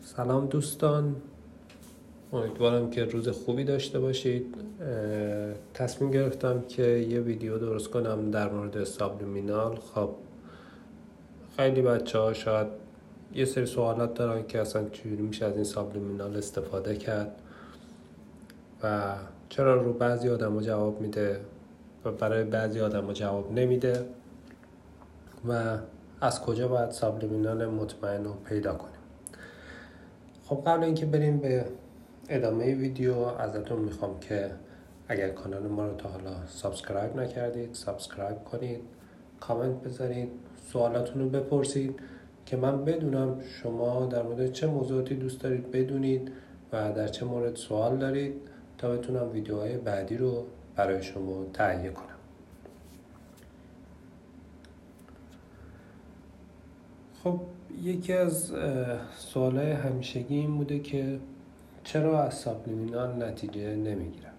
سلام دوستان، امیدوارم که روز خوبی داشته باشید. تصمیم گرفتم که یه ویدیو درست کنم در مورد سابلیمینال. خب خیلی بچه‌ها شاید یه سری سوالات دارن که اصلا چجوری میشه از این سابلیمینال استفاده کرد و چرا رو بعضی آدم‌ها جواب میده و برای بعضی آدم‌ها جواب نمیده و از کجا باید سابلیمینال مطمئن رو پیدا کنیم. خب قبل اینکه بریم به ادامه ویدیو ازتون میخوام که اگر کانال ما رو تا حالا سابسکرایب نکردید سابسکرایب کنید، کامنت بذارید، سوالاتون رو بپرسید که من بدونم شما در مورد چه موضوعاتی دوست دارید بدونید و در چه مورد سوال دارید تا بتونم ویدیوهای بعدی رو برای شما تهیه کنم. خب یکی از سوالای همیشگی این بوده که چرا از سابلیمینال نتیجه نمیگیرم؟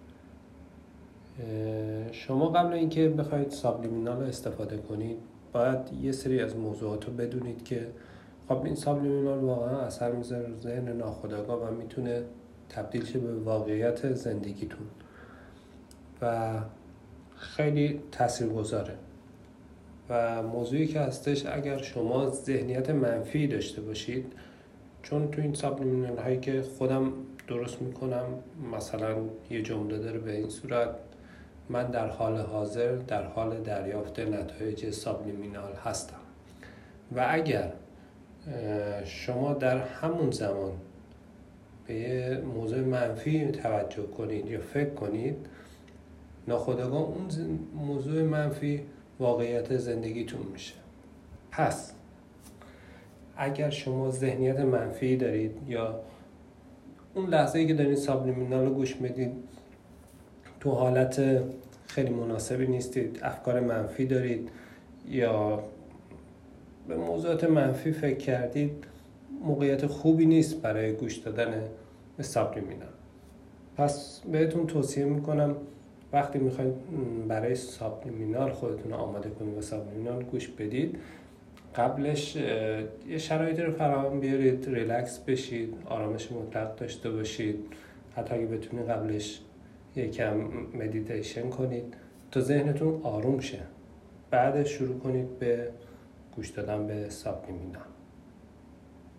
شما قبل اینکه بخواید سابلیمینال رو استفاده کنید باید یه سری از موضوعات رو بدونید که خب این سابلیمینال واقعا اثر میذاره رو ذهن ناخودآگاه و میتونه تبدیل شه به واقعیت زندگیتون و خیلی تاثیرگذاره. و موضوعی که هستش اگر شما ذهنیت منفی داشته باشید، چون تو این سابلیمینال هایی که خودم درست میکنم مثلا یه جمله داره به این صورت: من در حال حاضر در حال دریافت نتایج سابلیمینال هستم. و اگر شما در همون زمان به یه موضوع منفی توجه کنید یا فکر کنید، ناخودآگاه اون موضوع منفی واقعیت زندگیتون میشه. پس اگر شما ذهنیت منفی دارید یا اون لحظه‌ای که دارید سابلیمینال رو گوش میدید تو حالت خیلی مناسبی نیستید، افکار منفی دارید یا به موضوعات منفی فکر کردید، موقعیت خوبی نیست برای گوش دادن به سابلیمینال. پس بهتون توصیه میکنم وقتی میخواید برای سابلیمینال خودتون آماده کنید و سابلیمینال گوش بدید، قبلش یه شرایطی رو فراهم بیارید، ریلکس بشید، آرامش مطلق داشته باشید، حتی اگه بتونید قبلش یکم مدیتیشن کنید تا ذهنتون آروم شه. بعدش شروع کنید به گوش دادن به سابلیمینال.